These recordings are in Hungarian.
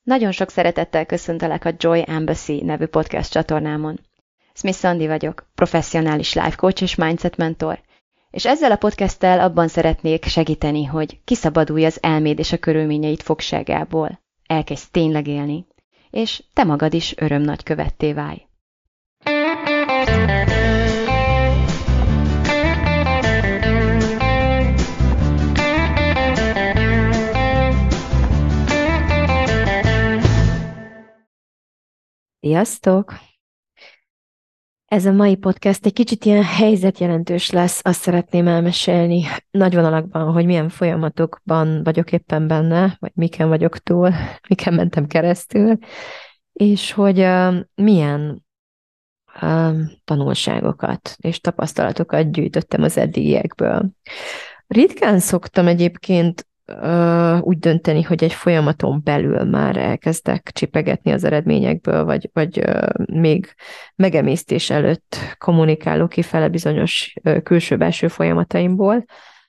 Nagyon sok szeretettel köszöntelek a Joy Embassy nevű podcast csatornámon. Smith Andi vagyok, professzionális life coach és mindset mentor, és ezzel a podcasttel abban szeretnék segíteni, hogy kiszabadulj az elméd és a körülményeid fogságából, elkezdj tényleg élni, és te magad is örömnagykövetté válj. Sziasztok! Ez a mai podcast egy kicsit ilyen helyzetjelentős lesz, azt szeretném elmesélni nagy vonalakban, hogy milyen folyamatokban vagyok éppen benne, vagy miken vagyok túl, miken mentem keresztül, és hogy milyen tanulságokat és tapasztalatokat gyűjtöttem az eddigiekből. Ritkán szoktam egyébként úgy dönteni, hogy egy folyamaton belül már elkezdek csipegetni az eredményekből, vagy még megemésztés előtt kommunikálok kifele bizonyos külső-belső folyamataimból,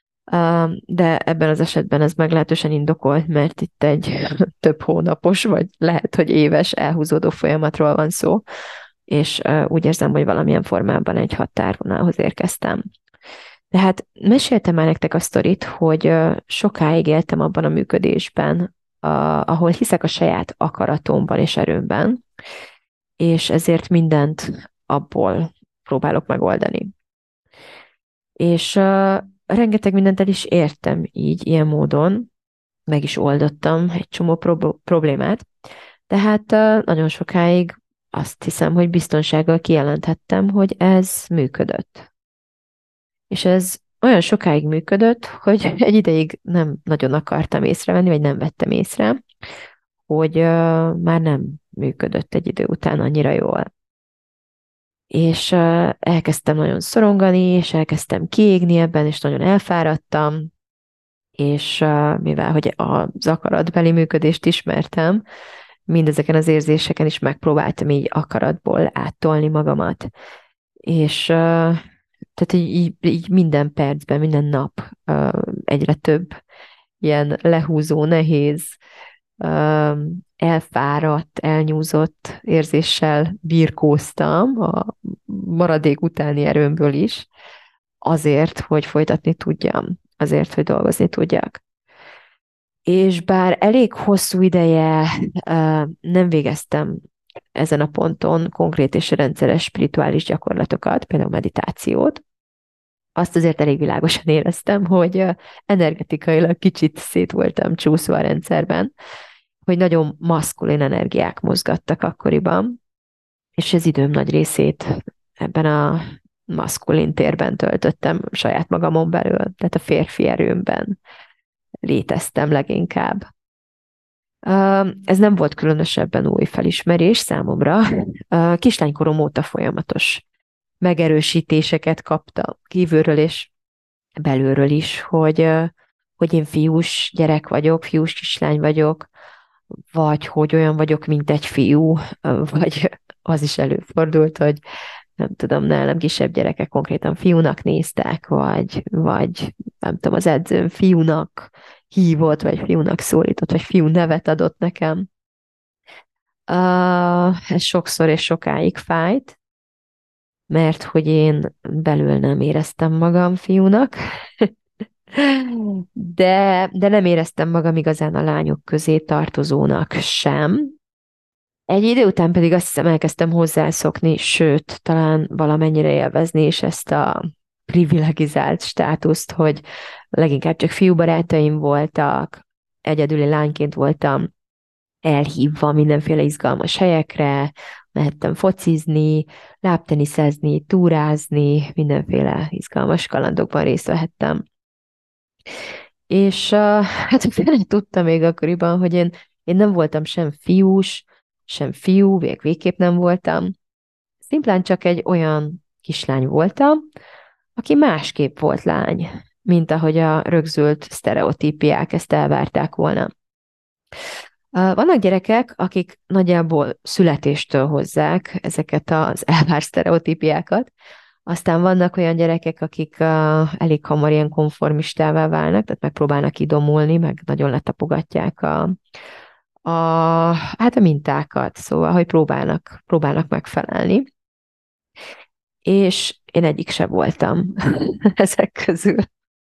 de ebben az esetben ez meglehetősen indokolt, mert itt egy több hónapos, vagy lehet, hogy éves elhúzódó folyamatról van szó, és úgy érzem, hogy valamilyen formában egy határvonalhoz érkeztem. Tehát meséltem már nektek a sztorit, hogy sokáig éltem abban a működésben, ahol hiszek a saját akaratomban és erőmben, és ezért mindent abból próbálok megoldani. És rengeteg mindent el is értem így, ilyen módon, meg is oldottam egy csomó problémát, tehát nagyon sokáig azt hiszem, hogy biztonsággal kijelenthettem, hogy ez működött. És ez olyan sokáig működött, hogy egy ideig nem nagyon akartam észrevenni, vagy nem vettem észre, hogy már nem működött egy idő után annyira jól. És elkezdtem nagyon szorongani, és elkezdtem kiégni ebben, és nagyon elfáradtam, és mivel hogy az akaratbeli működést ismertem, mindezeken az érzéseken is megpróbáltam így akaratból áttolni magamat. És tehát így minden percben, minden nap egyre több ilyen lehúzó, nehéz, elfáradt, elnyúzott érzéssel birkóztam a maradék utáni erőmből is, azért, hogy folytatni tudjam, azért, hogy dolgozni tudjak. És bár elég hosszú ideje nem végeztem ezen a ponton konkrét és rendszeres spirituális gyakorlatokat, például meditációt, azt azért elég világosan éreztem, hogy energetikailag kicsit szét voltam csúszva a rendszerben, hogy nagyon maszkulin energiák mozgattak akkoriban, és az időm nagy részét ebben a maszkulin térben töltöttem saját magamon belül, tehát a férfi erőmben léteztem leginkább. Ez nem volt különösebben új felismerés számomra. Kislánykorom óta folyamatos megerősítéseket kaptam kívülről és belülről is, hogy én fiús gyerek vagyok, fiús kislány vagyok, vagy hogy olyan vagyok, mint egy fiú, vagy az is előfordult, hogy nem tudom, nálam kisebb gyerekek konkrétan fiúnak néztek, vagy nem tudom, az edzőm fiúnak hívott, vagy fiúnak szólított, vagy fiú nevet adott nekem. Ez sokszor és sokáig fájt, mert hogy én belül nem éreztem magam fiúnak, de nem éreztem magam igazán a lányok közé tartozónak sem. Egy idő után pedig azt hiszem elkezdtem hozzászokni, sőt, talán valamennyire élvezni is ezt a privilegizált státuszt, hogy leginkább csak fiúbarátaim voltak, egyedüli lányként voltam elhívva mindenféle izgalmas helyekre, mehettem focizni, lábteniszezni, túrázni, mindenféle izgalmas kalandokban részt vehettem. És hát tudtam még akkoriban, hogy én nem voltam sem fiús, sem fiú, végképp nem voltam. Szimplán csak egy olyan kislány voltam, aki másképp volt lány, mint ahogy a rögzült sztereotípiák ezt elvárták volna. Vannak gyerekek, akik nagyjából születéstől hozzák ezeket az elvárt sztereotípiákat, aztán vannak olyan gyerekek, akik elég hamar ilyen konformistává válnak, tehát megpróbálnak idomulni, meg nagyon letapogatják a, hát a mintákat, szóval, hogy próbálnak megfelelni. És én egyik se voltam ezek közül.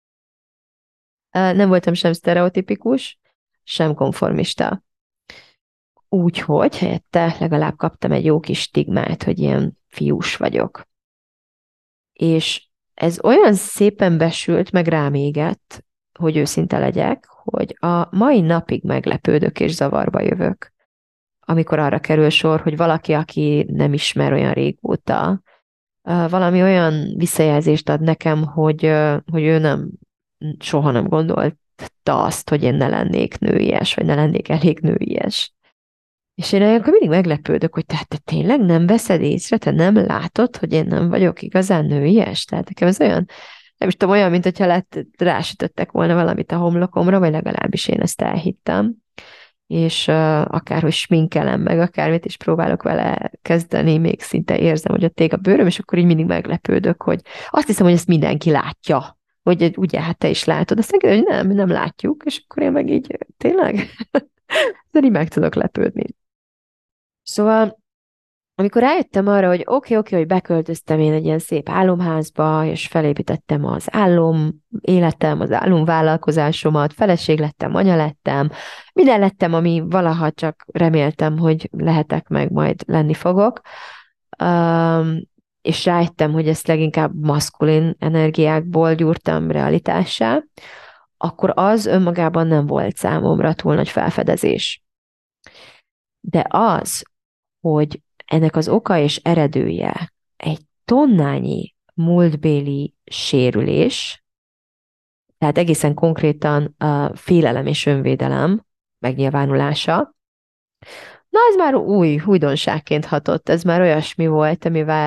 Nem voltam sem sztereotipikus, sem konformista. Úgyhogy helyette legalább kaptam egy jó kis stigmát, hogy ilyen fiús vagyok. És ez olyan szépen besült, meg rám égett, hogy őszinte legyek, hogy a mai napig meglepődök és zavarba jövök, amikor arra kerül sor, hogy valaki, aki nem ismer olyan régóta, valami olyan visszajelzést ad nekem, hogy ő soha nem gondolta azt, hogy én ne lennék nőies, vagy ne lennék elég nőies. És én olyankor mindig meglepődök, hogy tehát te tényleg nem veszed észre, te nem látod, hogy én nem vagyok igazán nőies? Tehát nekem ez olyan, nem is tudom, olyan, mint hogyha rásütöttek volna valamit a homlokomra, vagy legalábbis én ezt elhittem. És akárhogy sminkelem meg, akármit is próbálok vele kezdeni, még szinte érzem, hogy ott ég a bőröm, és akkor így mindig meglepődök, hogy azt hiszem, hogy ezt mindenki látja, hogy ugye, hát te is látod, aztán kérdez, hogy nem látjuk, és akkor én meg így tényleg, de így meg tudok lepődni. Szóval, amikor rájöttem arra, hogy oké, hogy beköltöztem én egy ilyen szép álomházba, és felépítettem az álom életem, az álomvállalkozásomat, feleség lettem, anya lettem, minden lettem, ami valaha csak reméltem, hogy lehetek, meg majd lenni fogok, és rájöttem, hogy ezt leginkább maszkulin energiákból gyúrtam realitássá, akkor az önmagában nem volt számomra túl nagy felfedezés. De az, hogy ennek az oka és eredője egy tonnányi múltbéli sérülés, tehát egészen konkrétan a félelem és önvédelem megnyilvánulása. Na, ez már újdonságként hatott, ez már olyasmi volt,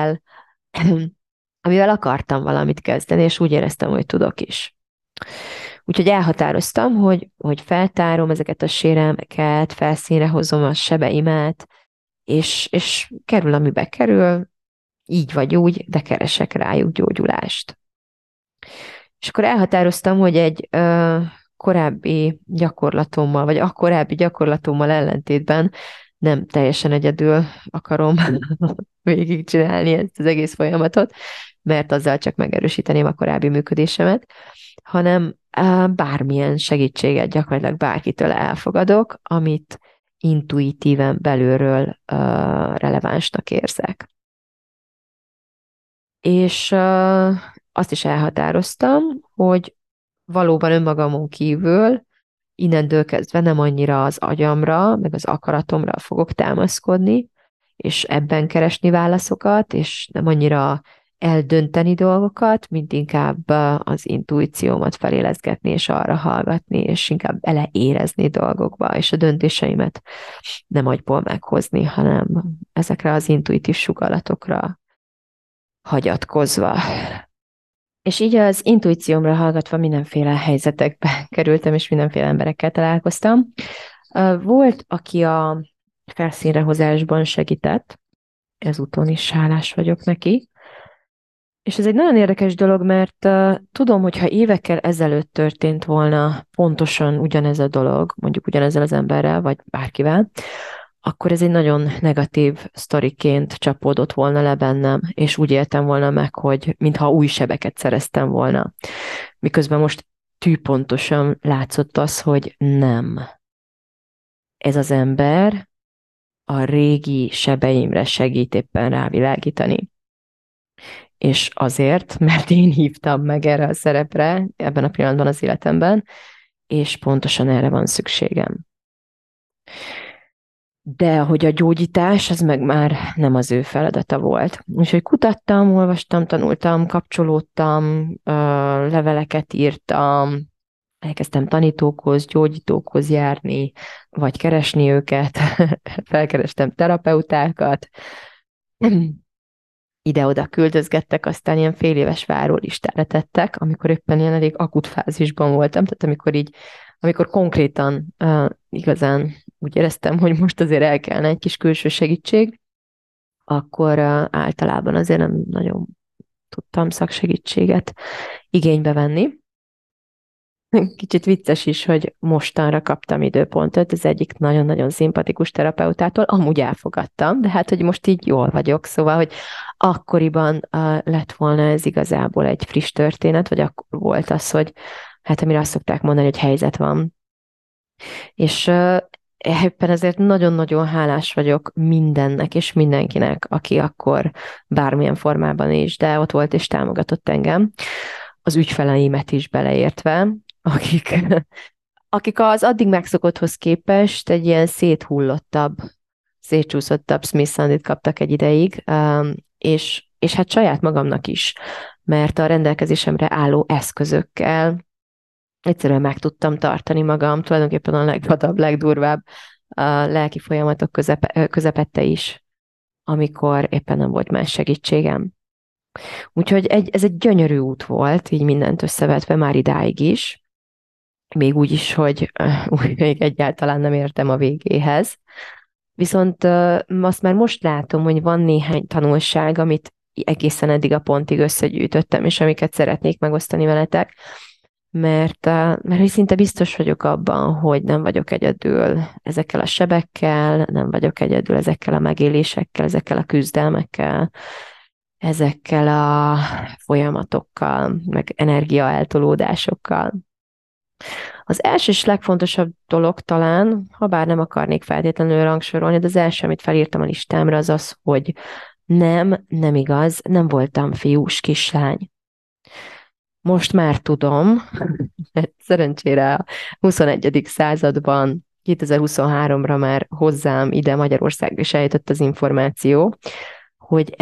amivel akartam valamit kezdeni, és úgy éreztem, hogy tudok is. Úgyhogy elhatároztam, hogy feltárom ezeket a sérelmeket, felszínre hozom a sebeimet, és kerül, amibe kerül, így vagy úgy, de keresek rájuk gyógyulást. És akkor elhatároztam, hogy egy korábbi gyakorlatommal, vagy a korábbi gyakorlatommal ellentétben nem teljesen egyedül akarom végigcsinálni ezt az egész folyamatot, mert azzal csak megerősíteném a korábbi működésemet, hanem bármilyen segítséget gyakorlatilag bárkitől elfogadok, amit intuitíven belülről relevánsnak érzek. És azt is elhatároztam, hogy valóban önmagamon kívül innentől kezdve nem annyira az agyamra, meg az akaratomra fogok támaszkodni, és ebben keresni válaszokat, és nem annyira eldönteni dolgokat, mint inkább az intuíciómat felélezgetni, és arra hallgatni, és inkább beleérezni dolgokba, és a döntéseimet nem agyból meghozni, hanem ezekre az intuitív sugallatokra hagyatkozva. És így az intuíciómra hallgatva mindenféle helyzetekbe kerültem, és mindenféle emberekkel találkoztam. Volt, aki a felszínre hozásban segített, ezúton is hálás vagyok neki. És ez egy nagyon érdekes dolog, mert tudom, hogy ha évekkel ezelőtt történt volna pontosan ugyanez a dolog, mondjuk ugyanezzel az emberrel, vagy bárkivel, akkor ez egy nagyon negatív sztoriként csapódott volna le bennem, és úgy éltem volna meg, hogy mintha új sebeket szereztem volna. Miközben most tűpontosan látszott az, hogy nem. Ez az ember a régi sebeimre segít éppen rávilágítani. És azért, mert én hívtam meg erre a szerepre ebben a pillanatban az életemben, és pontosan erre van szükségem. De hogy a gyógyítás, az meg már nem az ő feladata volt. Úgyhogy kutattam, olvastam, tanultam, kapcsolódtam, leveleket írtam, elkezdtem tanítókhoz, gyógyítókhoz járni, vagy keresni őket, felkerestem terapeutákat, ide-oda küldözgettek, aztán ilyen fél éves várólistára tettek, amikor éppen ilyen elég akut fázisban voltam, tehát amikor konkrétan igazán úgy éreztem, hogy most azért el kellene egy kis külső segítség, akkor általában azért nem nagyon tudtam szaksegítséget igénybe venni. kicsit vicces is, hogy mostanra kaptam időpontot az egyik nagyon-nagyon szimpatikus terapeutától, amúgy elfogadtam, de hát, hogy most így jól vagyok, szóval, hogy akkoriban lett volna ez igazából egy friss történet, vagy akkor volt az, hogy hát amire azt szokták mondani, hogy helyzet van. És éppen ezért nagyon-nagyon hálás vagyok mindennek és mindenkinek, aki akkor bármilyen formában is, de ott volt és támogatott engem, az ügyfeleimet is beleértve, akik, akik az addig megszokotthoz képest egy ilyen széthullottabb, szétcsúszottabb Smith Sandit kaptak egy ideig, és hát saját magamnak is, mert a rendelkezésemre álló eszközökkel egyszerűen meg tudtam tartani magam, tulajdonképpen a legvadabb, legdurvább a lelki folyamatok közepette is, amikor éppen nem volt más segítségem. Úgyhogy ez egy gyönyörű út volt, így mindent összevetve már idáig is, még úgy is, hogy még egyáltalán nem értem a végéhez. Viszont azt már most látom, hogy van néhány tanulság, amit egészen eddig a pontig összegyűjtöttem, és amiket szeretnék megosztani veletek, mert szinte biztos vagyok abban, hogy nem vagyok egyedül ezekkel a sebekkel, nem vagyok egyedül ezekkel a megélésekkel, ezekkel a küzdelmekkel, ezekkel a folyamatokkal, meg energiaeltolódásokkal. Az első és legfontosabb dolog talán, ha bár nem akarnék feltétlenül rangsorolni, de az első, amit felírtam a listámra, az az, hogy nem igaz, nem voltam fiús kislány. Most már tudom, mert szerencsére a 21. században, 2023-ra már hozzám ide Magyarországra is eljutott az információ, hogy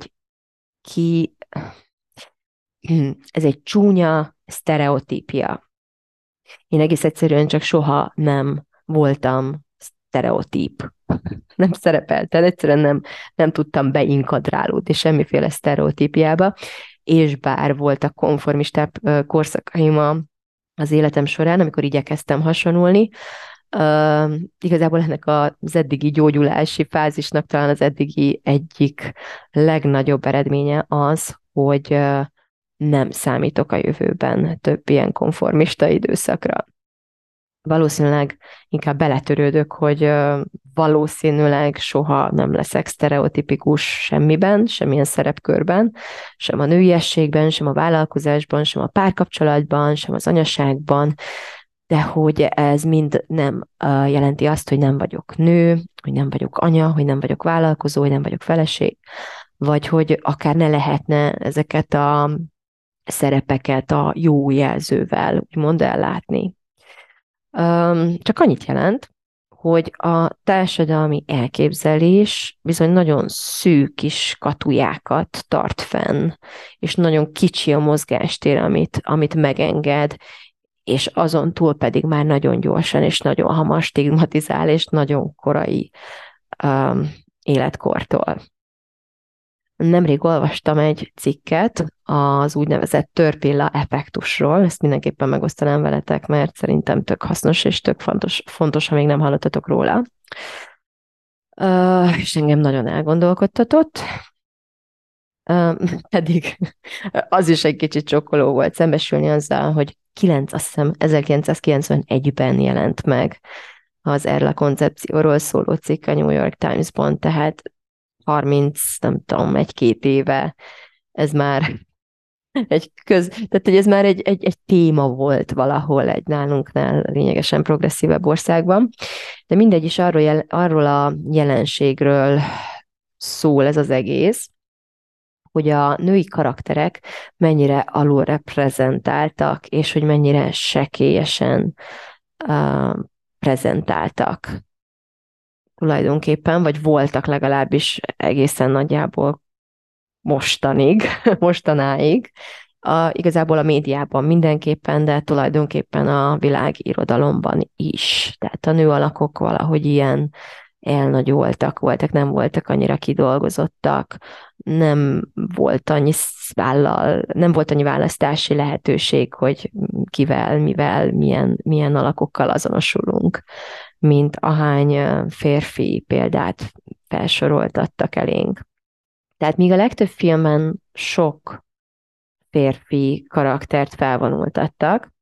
ez egy csúnya sztereotípia. Én egész egyszerűen csak soha nem voltam sztereotíp. Nem szerepeltem, egyszerűen nem tudtam beinkadrálódni semmiféle sztereotípiába, és bár voltak konformistább korszakaim az életem során, amikor igyekeztem hasonulni, igazából ennek az eddigi gyógyulási fázisnak talán az eddigi egyik legnagyobb eredménye az, hogy nem számítok a jövőben több ilyen konformista időszakra. Valószínűleg inkább beletörődök, hogy valószínűleg soha nem leszek sztereotipikus semmiben, semmilyen szerepkörben, sem a nőiességben, sem a vállalkozásban, sem a párkapcsolatban, sem az anyaságban, de hogy ez mind nem jelenti azt, hogy nem vagyok nő, hogy nem vagyok anya, hogy nem vagyok vállalkozó, hogy nem vagyok feleség, vagy hogy akár ne lehetne ezeket a szerepeket a jó jelzővel úgymond ellátni. Csak annyit jelent, hogy a társadalmi elképzelés bizony nagyon szűk kis katujákat tart fenn, és nagyon kicsi a mozgástér, amit megenged, és azon túl pedig már nagyon gyorsan és nagyon hamar stigmatizál, és nagyon korai életkortól. Nemrég olvastam egy cikket az úgynevezett törpilla effektusról, ezt mindenképpen megosztanám veletek, mert szerintem tök hasznos és tök fontos, ha még nem hallottatok róla. És engem nagyon elgondolkodtatott. Pedig az is egy kicsit csokkoló volt szembesülni azzal, hogy azt hiszem 1991-ben jelent meg az Erla koncepcióról szóló cikk a New York Times-ban, tehát 30, nem tudom, 1-2 éve ez már tehát hogy ez már egy téma volt valahol egy nálunknál lényegesen progresszívebb országban, de mindegy is arról a jelenségről szól ez az egész, hogy a női karakterek mennyire alulreprezentáltak, és hogy mennyire sekélyesen prezentáltak tulajdonképpen, vagy voltak legalábbis egészen nagyjából mostanáig. Igazából a médiában mindenképpen, de tulajdonképpen a világirodalomban is. Tehát a nőalakok valahogy ilyen elnagyoltak, nem voltak annyira kidolgozottak, nem volt annyi választási lehetőség, hogy kivel, mivel, milyen alakokkal azonosulunk, mint ahány férfi példát felsoroltattak elénk. Tehát míg a legtöbb filmben sok férfi karaktert felvonultattak,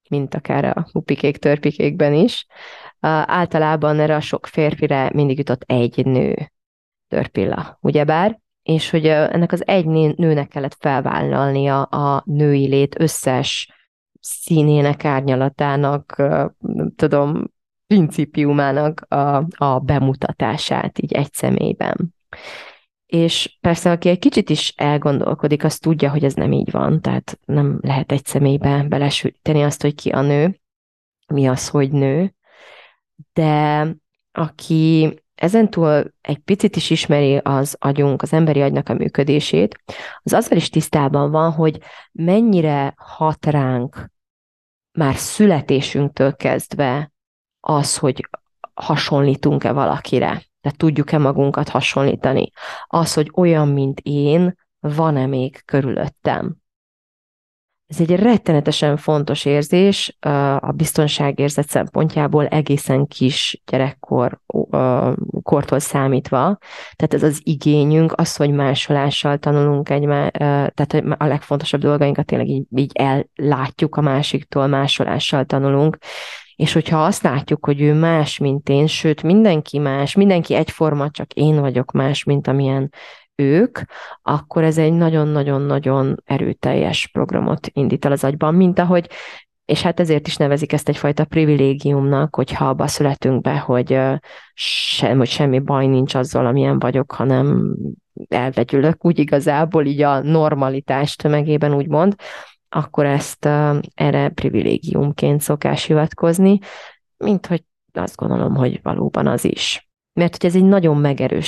mint akár a hupikék, törpikékben is. Általában erre a sok férfire mindig jutott egy nő törpilla, ugyebár? És hogy ennek az egy nőnek kellett felvállalnia a női lét összes színének, árnyalatának, nem tudom, principiumának a bemutatását így egy személyben. És persze, aki egy kicsit is elgondolkodik, az tudja, hogy ez nem így van, tehát nem lehet egy személybe belesülteni azt, hogy ki a nő, mi az, hogy nő, de aki ezentúl egy picit is ismeri az agyunk, az emberi agynak a működését, az azzal is tisztában van, hogy mennyire hat ránk már születésünktől kezdve az, hogy hasonlítunk-e valakire, tehát tudjuk-e magunkat hasonlítani. Az, hogy olyan, mint én, van-e még körülöttem. Ez egy rettenetesen fontos érzés a biztonságérzet szempontjából egészen kis kortól számítva. Tehát ez az igényünk, az, hogy másolással tanulunk tehát a legfontosabb dolgainkat tényleg így ellátjuk a másiktól, másolással tanulunk. És hogyha azt látjuk, hogy ő más, mint én, sőt, mindenki más, mindenki egyforma, csak én vagyok más, mint amilyen ők, akkor ez egy nagyon-nagyon-nagyon erőteljes programot indít el az agyban, mint ahogy, és hát ezért is nevezik ezt egyfajta privilégiumnak, hogyha abba születünk be, hogy semmi baj nincs azzal, amilyen vagyok, hanem elvegyülök úgy igazából, így a normalitás tömegében úgymond, akkor ezt erre privilégiumként szokás hivatkozni, mint hogy azt gondolom, hogy valóban az is. Mert hogy ez egy nagyon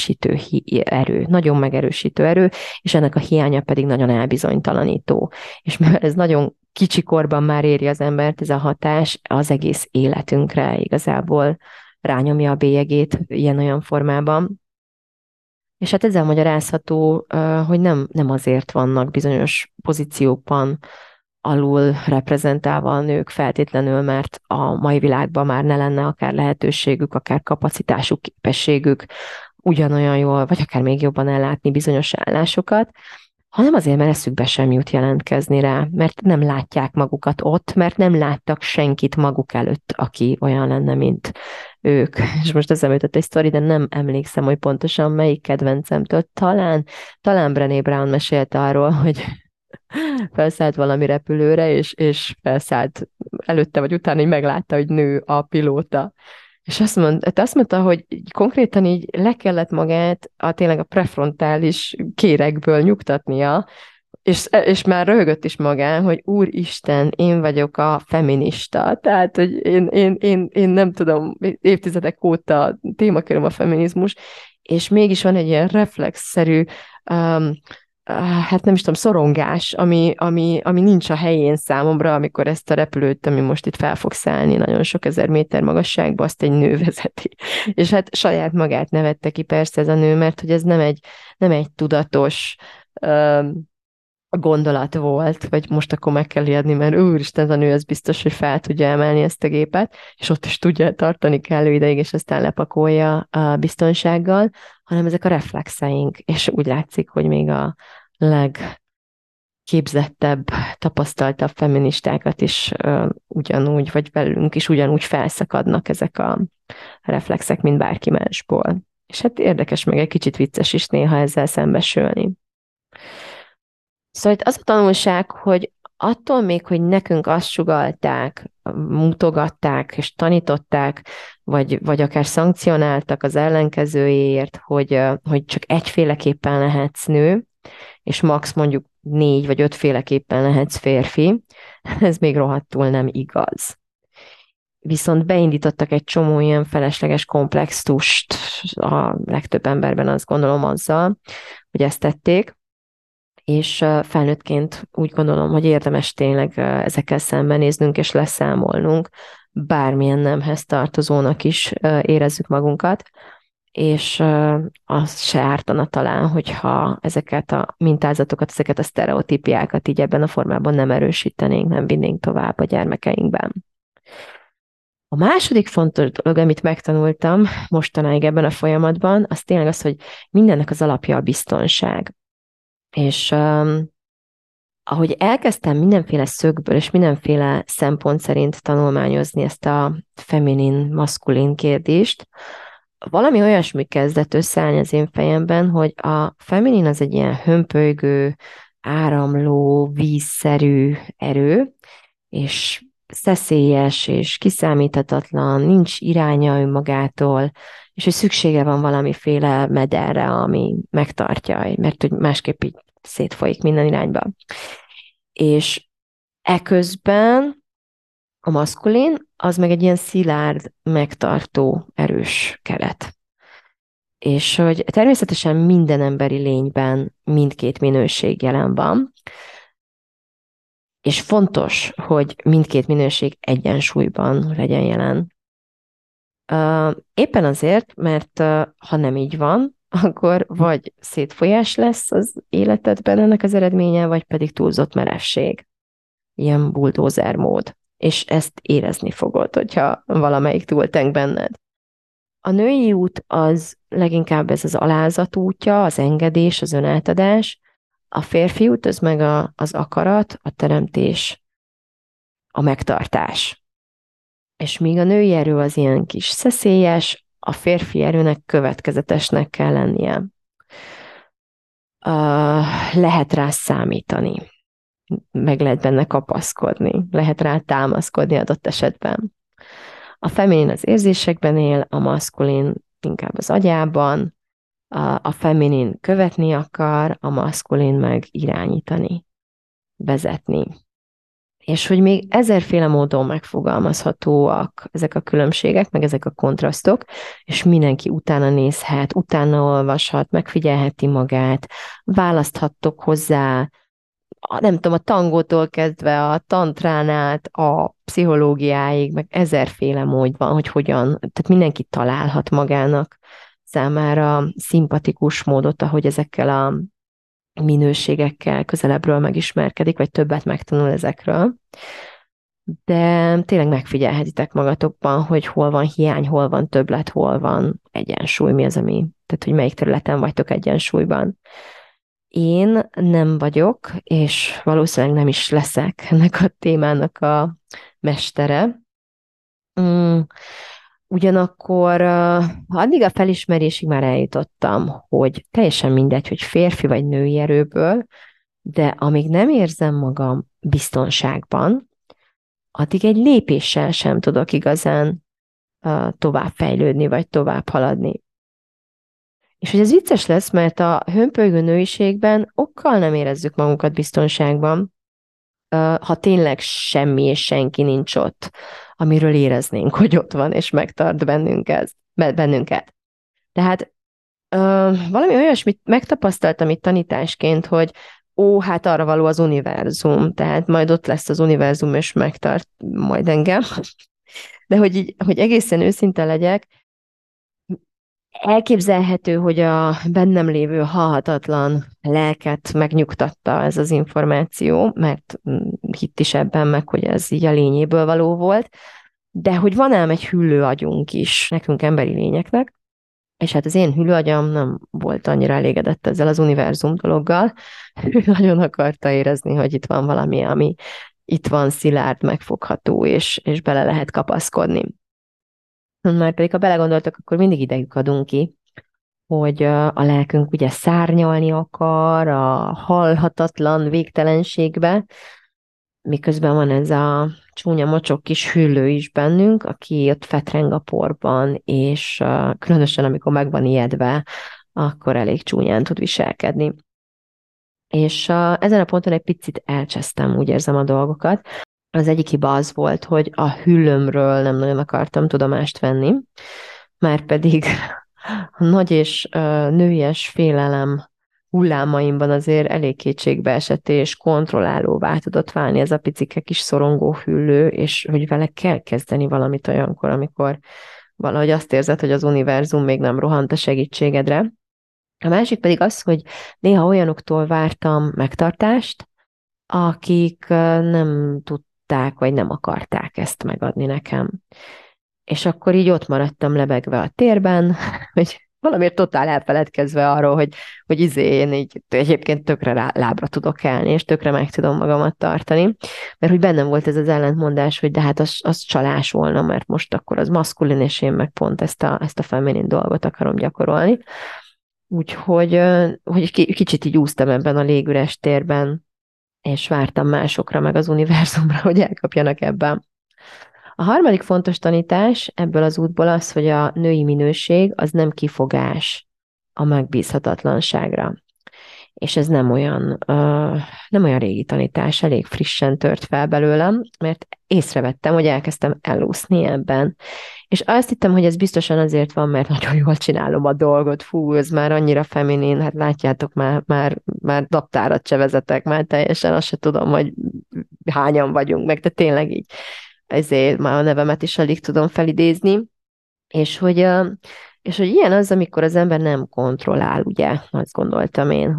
megerősítő erő, és ennek a hiánya pedig nagyon elbizonytalanító. És mivel ez nagyon kicsi korban már éri az embert, ez a hatás az egész életünkre igazából rányomja a bélyegét ilyen-olyan formában. És hát ezzel magyarázható, hogy nem azért vannak bizonyos pozíciókban alul reprezentálva a nők feltétlenül, mert a mai világban már ne lenne akár lehetőségük, akár kapacitásuk, képességük ugyanolyan jól, vagy akár még jobban ellátni bizonyos állásokat, hanem azért, mert eszükbe sem jut jelentkezni rá, mert nem látják magukat ott, mert nem láttak senkit maguk előtt, aki olyan lenne, mint ők. És most eszembe jutott egy sztori, de nem emlékszem, hogy pontosan melyik kedvencemtől. Talán Brené Brown mesélte arról, hogy felszállt valami repülőre, és felszállt előtte vagy utána, hogy meglátta, hogy nő a pilóta. És azt mondta, hogy konkrétan így le kellett magát tényleg a prefrontális kérekből nyugtatnia, és már röhögött is magán, hogy úristen, én vagyok a feminista. Tehát, hogy én nem tudom, évtizedek óta témaköröm a feminizmus, és mégis van egy ilyen reflexzerű hát nem is tudom, szorongás, ami nincs a helyén számomra, amikor ezt a repülőt, ami most itt fel fog szállni nagyon sok ezer méter magasságba, azt egy nő vezeti. És hát saját magát nevette ki persze ez a nő, mert hogy ez nem egy tudatos gondolat volt, vagy most akkor meg kell ijedni, mert úristen, ez a nő, ez biztos, hogy fel tudja emelni ezt a gépet, és ott is tudja tartani kellő ideig, és aztán lepakolja a biztonsággal, hanem ezek a reflexeink, és úgy látszik, hogy még a legképzettebb, tapasztaltabb feministákat is ugyanúgy, vagy velünk is ugyanúgy felszakadnak ezek a reflexek, mint bárki másból. És hát érdekes, meg egy kicsit vicces is néha ezzel szembesülni. Szóval itt az a tanulság, hogy attól még, hogy nekünk azt sugallták, mutogatták és tanították, vagy akár szankcionáltak az ellenkezőjéért, hogy csak egyféleképpen lehetsz nő, és max mondjuk 4 vagy 5 féleképpen lehetsz férfi, ez még rohadtul nem igaz. Viszont beindítottak egy csomó ilyen felesleges komplextust a legtöbb emberben, azt gondolom azzal, hogy ezt tették, és felnőttként úgy gondolom, hogy érdemes tényleg ezekkel szembenéznünk és leszámolnunk, bármilyen nemhez tartozónak is érezzük magunkat, és az se ártana talán, hogyha ezeket a mintázatokat, ezeket a sztereotípiákat így ebben a formában nem erősítenénk, nem vinnénk tovább a gyermekeinkben. A második fontos dolog, amit megtanultam mostanáig ebben a folyamatban, az tényleg az, hogy mindennek az alapja a biztonság. És ahogy elkezdtem mindenféle szögből és mindenféle szempont szerint tanulmányozni ezt a feminin-maszkulin kérdést, valami olyasmi kezdett összeállni az én fejemben, hogy a feminin az egy ilyen hömpölygő, áramló, vízszerű erő, és szeszélyes és kiszámíthatatlan, nincs iránya önmagától, és hogy szüksége van valamiféle mederre, ami megtartja, mert hogy másképp így szétfolyik minden irányba. És eközben a maszkulin az meg egy ilyen szilárd, megtartó, erős keret. És hogy természetesen minden emberi lényben mindkét minőség jelen van, és fontos, hogy mindkét minőség egyensúlyban legyen jelen. Éppen azért, mert ha nem így van, akkor vagy szétfolyás lesz az életedben ennek az eredménye, vagy pedig túlzott merevség. Ilyen buldózer mód. És ezt érezni fogod, hogyha valamelyik túlteng benned. A női út az leginkább ez az alázat útja, az engedés, az önátadás. A férfi út az meg az akarat, a teremtés, a megtartás. És míg a női erő az ilyen kis szeszélyes, a férfi erőnek következetesnek kell lennie. Lehet rá számítani, meg lehet benne kapaszkodni, lehet rá támaszkodni adott esetben. A feminin az érzésekben él, a maszkulin inkább az agyában, a feminin követni akar, a maszkulin meg irányítani, vezetni. És hogy még ezerféle módon megfogalmazhatóak ezek a különbségek, meg ezek a kontrasztok, és mindenki utána nézhet, utána olvashat, megfigyelheti magát, választhattok hozzá, nem tudom, a tangótól kezdve a tantrán át, a pszichológiáig, meg ezerféle mód van, hogy hogyan, tehát mindenki találhat magának számára szimpatikus módot, ahogy ezekkel a minőségekkel közelebbről megismerkedik, vagy többet megtanul ezekről. De tényleg megfigyelhetitek magatokban, hogy hol van hiány, hol van többlet, hol van egyensúly, mi az, tehát hogy melyik területen vagytok egyensúlyban. Én nem vagyok, és valószínűleg nem is leszek ennek a témának a mestere. Ugyanakkor addig a felismerésig már eljutottam, hogy teljesen mindegy, hogy férfi vagy női erőből, de amíg nem érzem magam biztonságban, addig egy lépéssel sem tudok igazán tovább fejlődni, vagy tovább haladni. És hogy ez vicces lesz, mert a hömpölygő nőiségben okkal nem érezzük magunkat biztonságban, ha tényleg semmi és senki nincs ott, amiről éreznénk, hogy ott van, és megtart bennünket. Tehát valami olyasmit megtapasztaltam itt tanításként, hogy hát arra való az univerzum, tehát majd ott lesz az univerzum, és megtart majd engem. De hogy egészen őszinte legyek, elképzelhető, hogy a bennem lévő halhatatlan lelket megnyugtatta ez az információ, mert hitt is ebben meg, hogy ez így a lényéből való volt, de hogy van ám egy hüllő agyunk is nekünk emberi lényeknek, és hát az én hüllőagyam nem volt annyira elégedett ezzel az univerzum dologgal. Ő nagyon akarta érezni, hogy itt van valami, ami itt van szilárd, megfogható, és bele lehet kapaszkodni. Már pedig, ha belegondoltak, akkor mindig idejük adunk ki, hogy a lelkünk ugye szárnyalni akar a halhatatlan végtelenségbe, miközben van ez a csúnya mocsok kis hüllő is bennünk, aki ott fetreng a porban, és különösen amikor meg van ijedve, akkor elég csúnyán tud viselkedni. És ezen a ponton egy picit elcsesztem, úgy érzem a dolgokat. Az egyik hiba az volt, hogy a hüllőmről nem nagyon akartam tudomást venni, már pedig a nagy és nőies félelem hullámaimban azért elég kétségbe esett és kontrollálóvá tudott válni ez a picike kis szorongó hüllő, és hogy vele kell kezdeni valamit olyankor, amikor valahogy azt érzed, hogy az univerzum még nem rohant a segítségedre. A másik pedig az, hogy néha olyanoktól vártam megtartást, akik nem tudták, vagy nem akarták ezt megadni nekem. És akkor így ott maradtam lebegve a térben, hogy valamiért totál elfeledkezve arról, hogy én így egyébként tökre lábra tudok állni, és tökre meg tudom magamat tartani, mert hogy bennem volt ez az ellentmondás, hogy de hát az csalás volna, mert most akkor az maszkulin, és én meg pont ezt a feminin dolgot akarom gyakorolni. Úgyhogy hogy kicsit így úsztam ebben a légüres térben, és vártam másokra, meg az univerzumra, hogy elkapjanak ebben. A harmadik fontos tanítás ebből az útból az, hogy a női minőség az nem kifogás a megbízhatatlanságra. És ez nem olyan régi tanítás, elég frissen tört fel belőlem, mert észrevettem, hogy elkezdtem elúszni ebben. És azt hittem, hogy ez biztosan azért van, mert nagyon jól csinálom a dolgot, fú, ez már annyira feminin, hát látjátok, már naptárat se vezetek, már teljesen azt se tudom, hogy hányan vagyunk, meg de tényleg így, ezért már a nevemet is alig tudom felidézni, és hogy ilyen az, amikor az ember nem kontrollál, ugye, azt gondoltam én,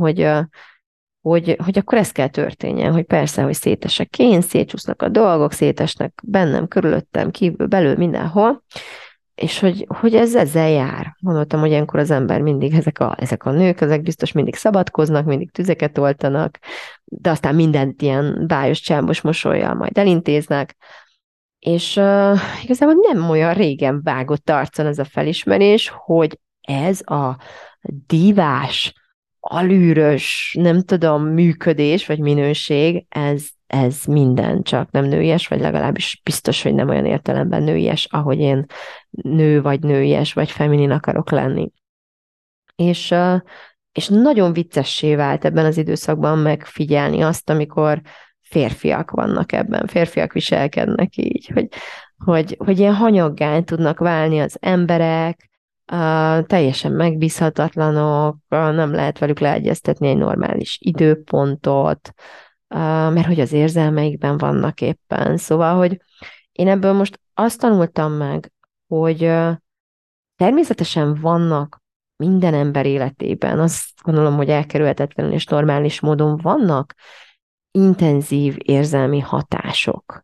hogy akkor ez kell történjen, hogy persze, hogy szétesek én, szétcsúsznak a dolgok, szétesnek bennem, körülöttem, kívül, belül, mindenhol, és hogy ez ezzel jár. Gondoltam, hogy ilyenkor az ember mindig, ezek a nők, ezek biztos mindig szabadkoznak, mindig tüzeket oltanak, de aztán mindent ilyen bájos, csámbos mosollyal majd elintéznek, és igazából nem olyan régen vágott arcon ez a felismerés, hogy ez a divás, alűrös, nem tudom, működés vagy minőség, ez minden csak nem nőies, vagy legalábbis biztos, hogy nem olyan értelemben nőies, ahogy én nő vagy nőies, vagy feminin akarok lenni. És, és nagyon viccessé vált ebben az időszakban megfigyelni azt, amikor férfiak vannak ebben, férfiak viselkednek így, hogy ilyen hanyaggá tudnak válni az emberek, teljesen megbízhatatlanok, nem lehet velük leegyeztetni egy normális időpontot, mert hogy az érzelmeikben vannak éppen. Szóval, hogy én ebből most azt tanultam meg, hogy természetesen vannak minden ember életében, azt gondolom, hogy elkerülhetetlenül és normális módon vannak intenzív érzelmi hatások.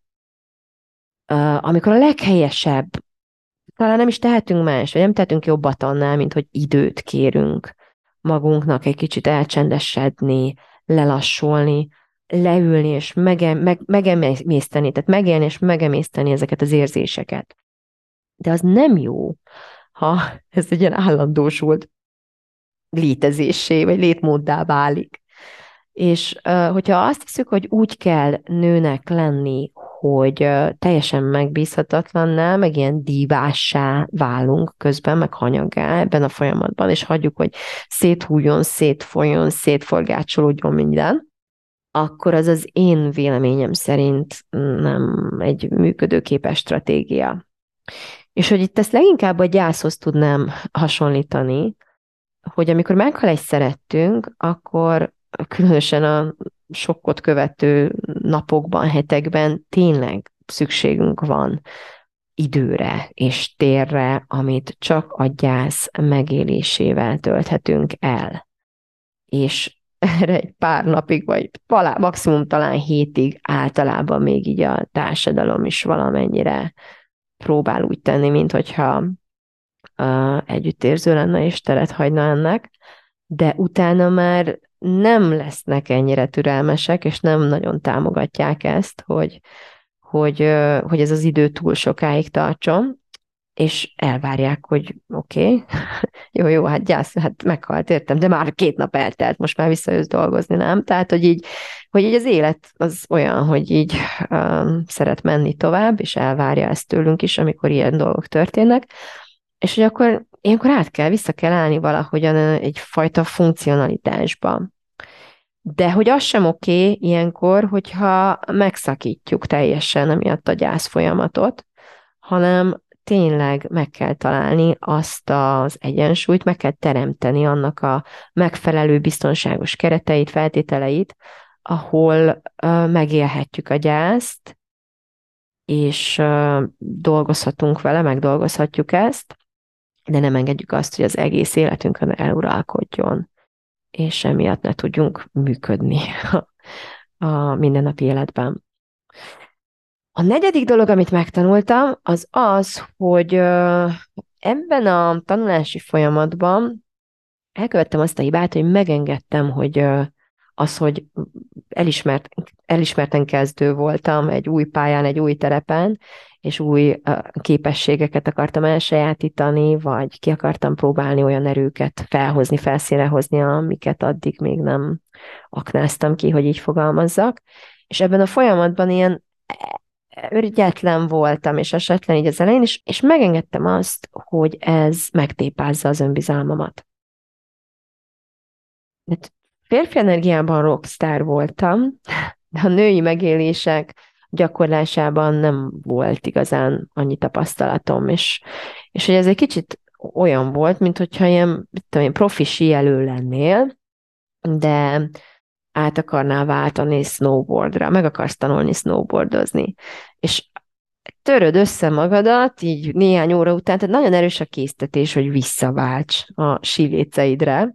Amikor a leghelyesebb, talán nem is tehetünk más, vagy nem tehetünk jobbat annál, mint hogy időt kérünk magunknak egy kicsit elcsendesedni, lelassulni, leülni és megemészteni, tehát megélni és megemészteni ezeket az érzéseket. De az nem jó, ha ez egy ilyen állandósult létezésé, vagy létmóddá válik. És hogyha azt hiszük, hogy úgy kell nőnek lenni, hogy teljesen megbízhatatlanná, meg ilyen dívássá válunk közben, meg hanyaggá ebben a folyamatban, és hagyjuk, hogy széthújjon, szétfolyjon, szétforgácsolódjon minden, akkor az az én véleményem szerint nem egy működőképes stratégia. És hogy itt ezt leginkább a gyászhoz tudnám hasonlítani, hogy amikor meghal egy szerettünk, akkor különösen a sokkot követő napokban, hetekben tényleg szükségünk van időre és térre, amit csak a gyász megélésével tölthetünk el. És erre egy pár napig, vagy maximum talán hétig általában még így a társadalom is valamennyire próbál úgy tenni, mint hogyha együttérző lenne és teret hagyna ennek, de utána már nem lesznek ennyire türelmesek, és nem nagyon támogatják ezt, hogy ez az idő túl sokáig tartson, és elvárják, hogy oké, jó, hát gyász, hát meghalt, értem, de már 2 nap eltelt, most már visszajössz dolgozni, nem? Tehát, hogy így az élet az olyan, hogy így szeret menni tovább, és elvárja ezt tőlünk is, amikor ilyen dolgok történnek, és hogy akkor ilyenkor vissza kell állni valahogyan egyfajta funkcionalitásba. De hogy az sem oké ilyenkor, hogyha megszakítjuk teljesen emiatt a gyász folyamatot, hanem tényleg meg kell találni azt az egyensúlyt, meg kell teremteni annak a megfelelő biztonságos kereteit, feltételeit, ahol megélhetjük a gyászt, és dolgozhatunk vele, megdolgozhatjuk ezt, de nem engedjük azt, hogy az egész életünkön eluralkodjon, és emiatt ne tudjunk működni a mindennapi életben. A negyedik dolog, amit megtanultam, az az, hogy ebben a tanulási folyamatban elkövettem azt a hibát, hogy megengedtem, hogy hogy elismerten kezdő voltam egy új pályán, egy új terepen, és új képességeket akartam elsajátítani, vagy ki akartam próbálni olyan erőket felhozni, felszínre hozni, amiket addig még nem aknáztam ki, hogy így fogalmazzak. És ebben a folyamatban ilyen ügyetlen voltam, és esetlen így az elején is, és megengedtem azt, hogy ez megtépázza az önbizalmamat. Hát férfi energiában rockstar voltam, de a női megélések gyakorlásában nem volt igazán annyi tapasztalatom, és hogy ez egy kicsit olyan volt, mint hogyha ilyen, mit tudom én, profi síelő lennél, de át akarnál váltani snowboardra, meg akarsz tanulni snowboardozni. És töröd össze magadat, így néhány óra után, tehát nagyon erős a késztetés, hogy visszaválts a síléceidre,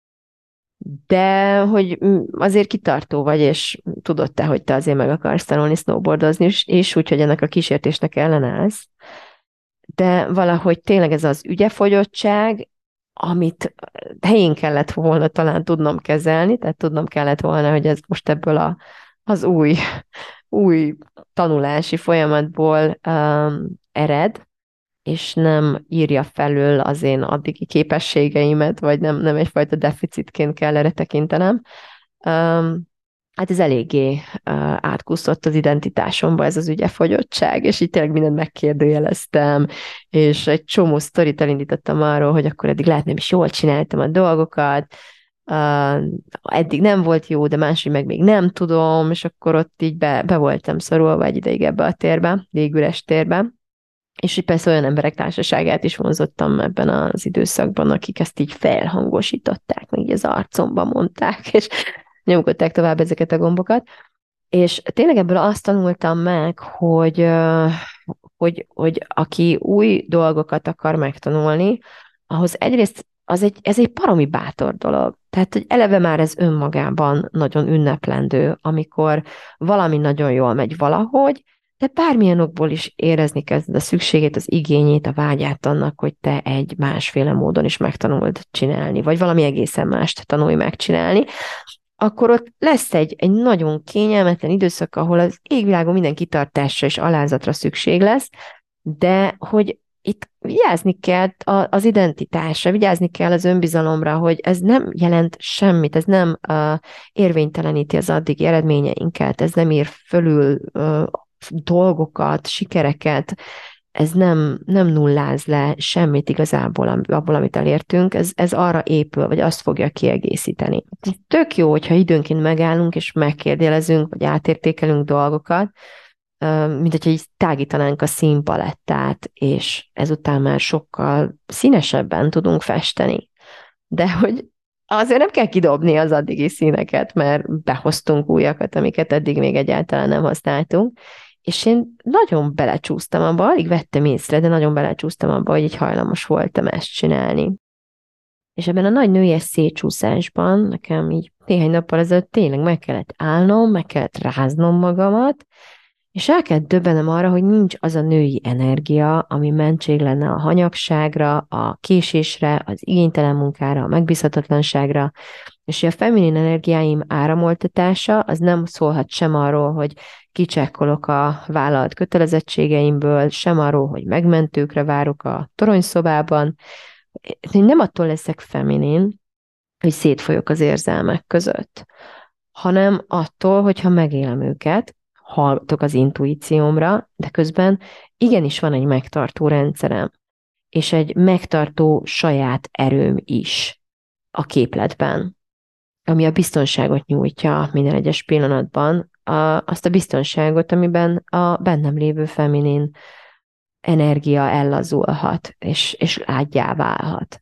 de hogy azért kitartó vagy, és tudod te, hogy te azért meg akarsz tanulni snowboardozni, és úgy, hogy ennek a kísértésnek ellenállsz. De valahogy tényleg ez az ügyefogyottság, amit helyén kellett volna talán tudnom kezelni, tehát tudnom kellett volna, hogy ez most ebből az új tanulási folyamatból ered, és nem írja felül az én addigi képességeimet, vagy nem egyfajta deficitként kell erre tekintenem. Hát ez eléggé átkúszott az identitásomba ez az ügyefogyottság, és így tényleg mindent megkérdőjeleztem, és egy csomó sztorit elindítottam arról, hogy akkor eddig lehet nem is jól csináltam a dolgokat, eddig nem volt jó, de máshogy meg még nem tudom, és akkor ott így be voltam szorulva egy ideig ebbe a térbe, légüres térbe. És így persze olyan emberek társaságát is vonzottam ebben az időszakban, akik ezt így felhangosították, meg így az arcomba mondták, és nyomkodták tovább ezeket a gombokat. És tényleg ebből azt tanultam meg, hogy aki új dolgokat akar megtanulni, ahhoz egyrészt ez egy baromi bátor dolog. Tehát, hogy eleve már ez önmagában nagyon ünneplendő, amikor valami nagyon jól megy valahogy, de bármilyen okból is érezni kezded a szükségét, az igényét, a vágyát annak, hogy te egy másféle módon is megtanuld csinálni, vagy valami egészen mást tanulj megcsinálni, akkor ott lesz egy nagyon kényelmetlen időszak, ahol az égvilágon minden kitartásra és alázatra szükség lesz, de hogy itt vigyázni kell az identitásra, vigyázni kell az önbizalomra, hogy ez nem jelent semmit, ez nem érvényteleníti az addigi eredményeinket, ez nem ír fölül dolgokat, sikereket, ez nem nulláz le semmit igazából abból, amit elértünk, ez arra épül, vagy azt fogja kiegészíteni. Ez tök jó, hogyha időnként megállunk, és megkérdőjelezünk, vagy átértékelünk dolgokat, mint hogyha így tágítanánk a színpalettát, és ezután már sokkal színesebben tudunk festeni. De hogy azért nem kell kidobni az addigi színeket, mert behoztunk újakat, amiket eddig még egyáltalán nem használtunk, és én nagyon belecsúsztam abba, alig vettem észre, de nagyon belecsúsztam abba, hogy így hajlamos voltam ezt csinálni. És ebben a nagy női szétcsúszásban nekem így néhány nappal ezelőtt tényleg meg kellett állnom, meg kellett ráznom magamat, és el kellett döbbenem arra, hogy nincs az a női energia, ami mentség lenne a hanyagságra, a késésre, az igénytelen munkára, a megbízhatatlanságra, és a feminin energiáim áramoltatása az nem szólhat sem arról, hogy kicsekkolok a vállalt kötelezettségeimből, sem arról, hogy megmentőkre várok a toronyszobában. Nem attól leszek feminin, hogy szétfolyok az érzelmek között, hanem attól, hogyha megélem őket, hallgatok az intuíciómra, de közben igenis van egy megtartó rendszerem, és egy megtartó saját erőm is a képletben, ami a biztonságot nyújtja minden egyes pillanatban, azt a biztonságot, amiben a bennem lévő feminin energia ellazulhat, és ággyá válhat.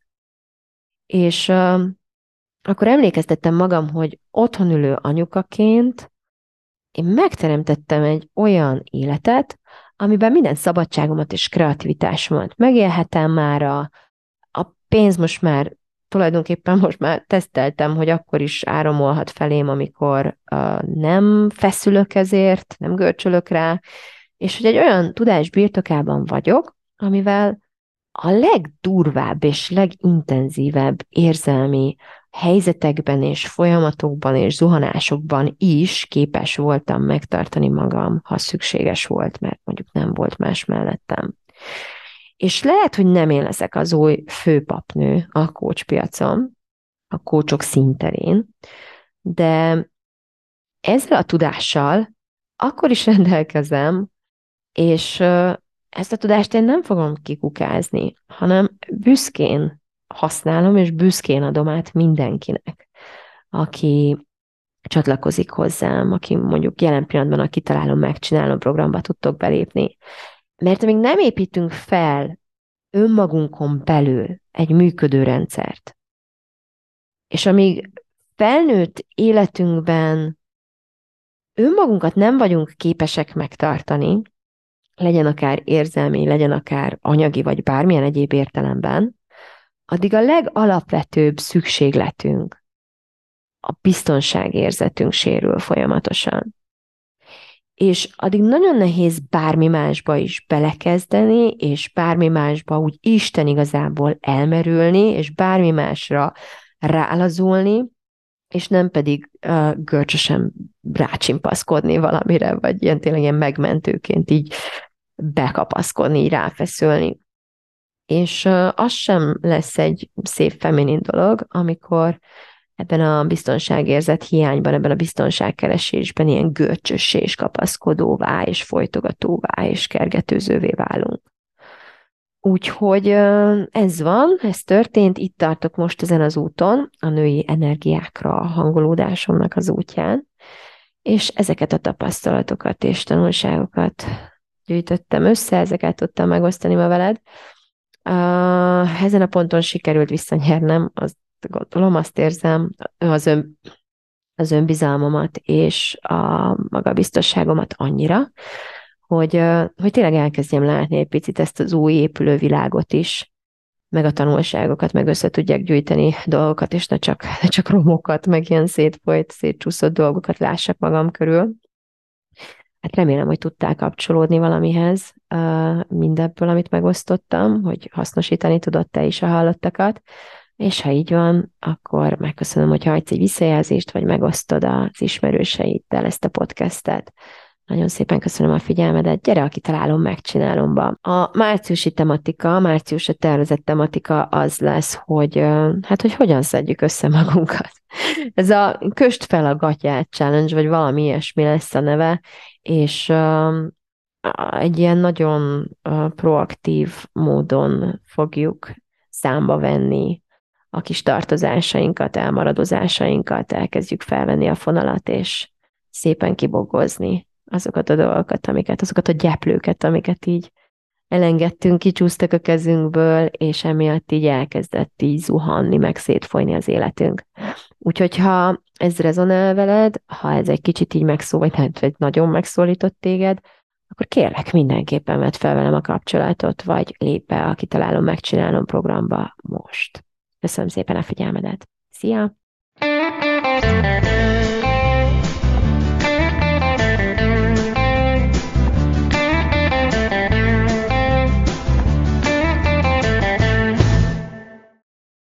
És akkor emlékeztettem magam, hogy otthon ülő anyukaként én megteremtettem egy olyan életet, amiben minden szabadságomat és kreativitásomat megélhetem már, a pénz most már teszteltem, hogy akkor is áramolhat felém, amikor nem feszülök ezért, nem görcsölök rá, és hogy egy olyan tudás birtokában vagyok, amivel a legdurvább és legintenzívebb érzelmi helyzetekben és folyamatokban és zuhanásokban is képes voltam megtartani magam, ha szükséges volt, mert mondjuk nem volt más mellettem. És lehet, hogy nem én leszek az új főpapnő a coachpiacon, a coachok színterén, de ezzel a tudással akkor is rendelkezem, és ezt a tudást én nem fogom kikukázni, hanem büszkén használom, és büszkén adom át mindenkinek, aki csatlakozik hozzám, aki mondjuk jelen pillanatban a Kitalálom, Megcsinálom programba tudtok belépni. Mert amíg nem építünk fel önmagunkon belül egy működő rendszert, és amíg felnőtt életünkben önmagunkat nem vagyunk képesek megtartani, legyen akár érzelmi, legyen akár anyagi, vagy bármilyen egyéb értelemben, addig a legalapvetőbb szükségletünk, a biztonságérzetünk sérül folyamatosan. És addig nagyon nehéz bármi másba is belekezdeni, és bármi másba úgy Isten igazából elmerülni, és bármi másra rálazulni, és nem pedig görcsösen rácsimpaszkodni valamire, vagy tényleg ilyen megmentőként így bekapaszkodni, így ráfeszülni. És az sem lesz egy szép feminin dolog, amikor ebben a biztonságérzet hiányban, ebben a biztonságkeresésben ilyen görcsössé és kapaszkodóvá, és folytogatóvá, és kergetőzővé válunk. Úgyhogy ez van, ez történt, itt tartok most ezen az úton, a női energiákra a hangolódásomnak az útján, és ezeket a tapasztalatokat és tanulságokat gyűjtöttem össze, ezeket tudtam megosztani ma veled. Ezen a ponton sikerült visszanyernem, azt gondolom, azt érzem, az önbizalmamat és a magabiztosságomat annyira, hogy tényleg elkezdjem látni egy picit ezt az új épülő világot is, meg a tanulságokat, meg össze tudják gyűjteni dolgokat, és ne csak romokat, meg ilyen szétfolyt, szétcsúszott dolgokat lássak magam körül. Hát remélem, hogy tudtál kapcsolódni valamihez mindebből, amit megosztottam, hogy hasznosítani tudod te is a hallottakat, és ha így van, akkor megköszönöm, hogy hagysz egy visszajelzést, vagy megosztod az ismerőseiddel ezt a podcastet. Nagyon szépen köszönöm a figyelmedet. Gyere a Kitalálom, Megcsinálomba. A márciusi tematika, márciusra tervezett tematika az lesz, hogy hogyan szedjük össze magunkat. Ez a Kösd fel a gatyát challenge, vagy valami ilyesmi lesz a neve, és egy ilyen nagyon proaktív módon fogjuk számba venni a kis tartozásainkat, elmaradozásainkat, elkezdjük felvenni a fonalat, és szépen kibogozni azokat a dolgokat, azokat a gyeplőket, amiket így elengedtünk, kicsúsztak a kezünkből, és emiatt így elkezdett így zuhanni, meg szétfolyni az életünk. Úgyhogy ha ez rezonál veled, ha ez egy kicsit így vagy nagyon megszólított téged, akkor kérlek, mindenképpen vedd fel velem a kapcsolatot, vagy lépj be a Kitalálom, Megcsinálom programba most. Köszönöm szépen a figyelmedet. Szia!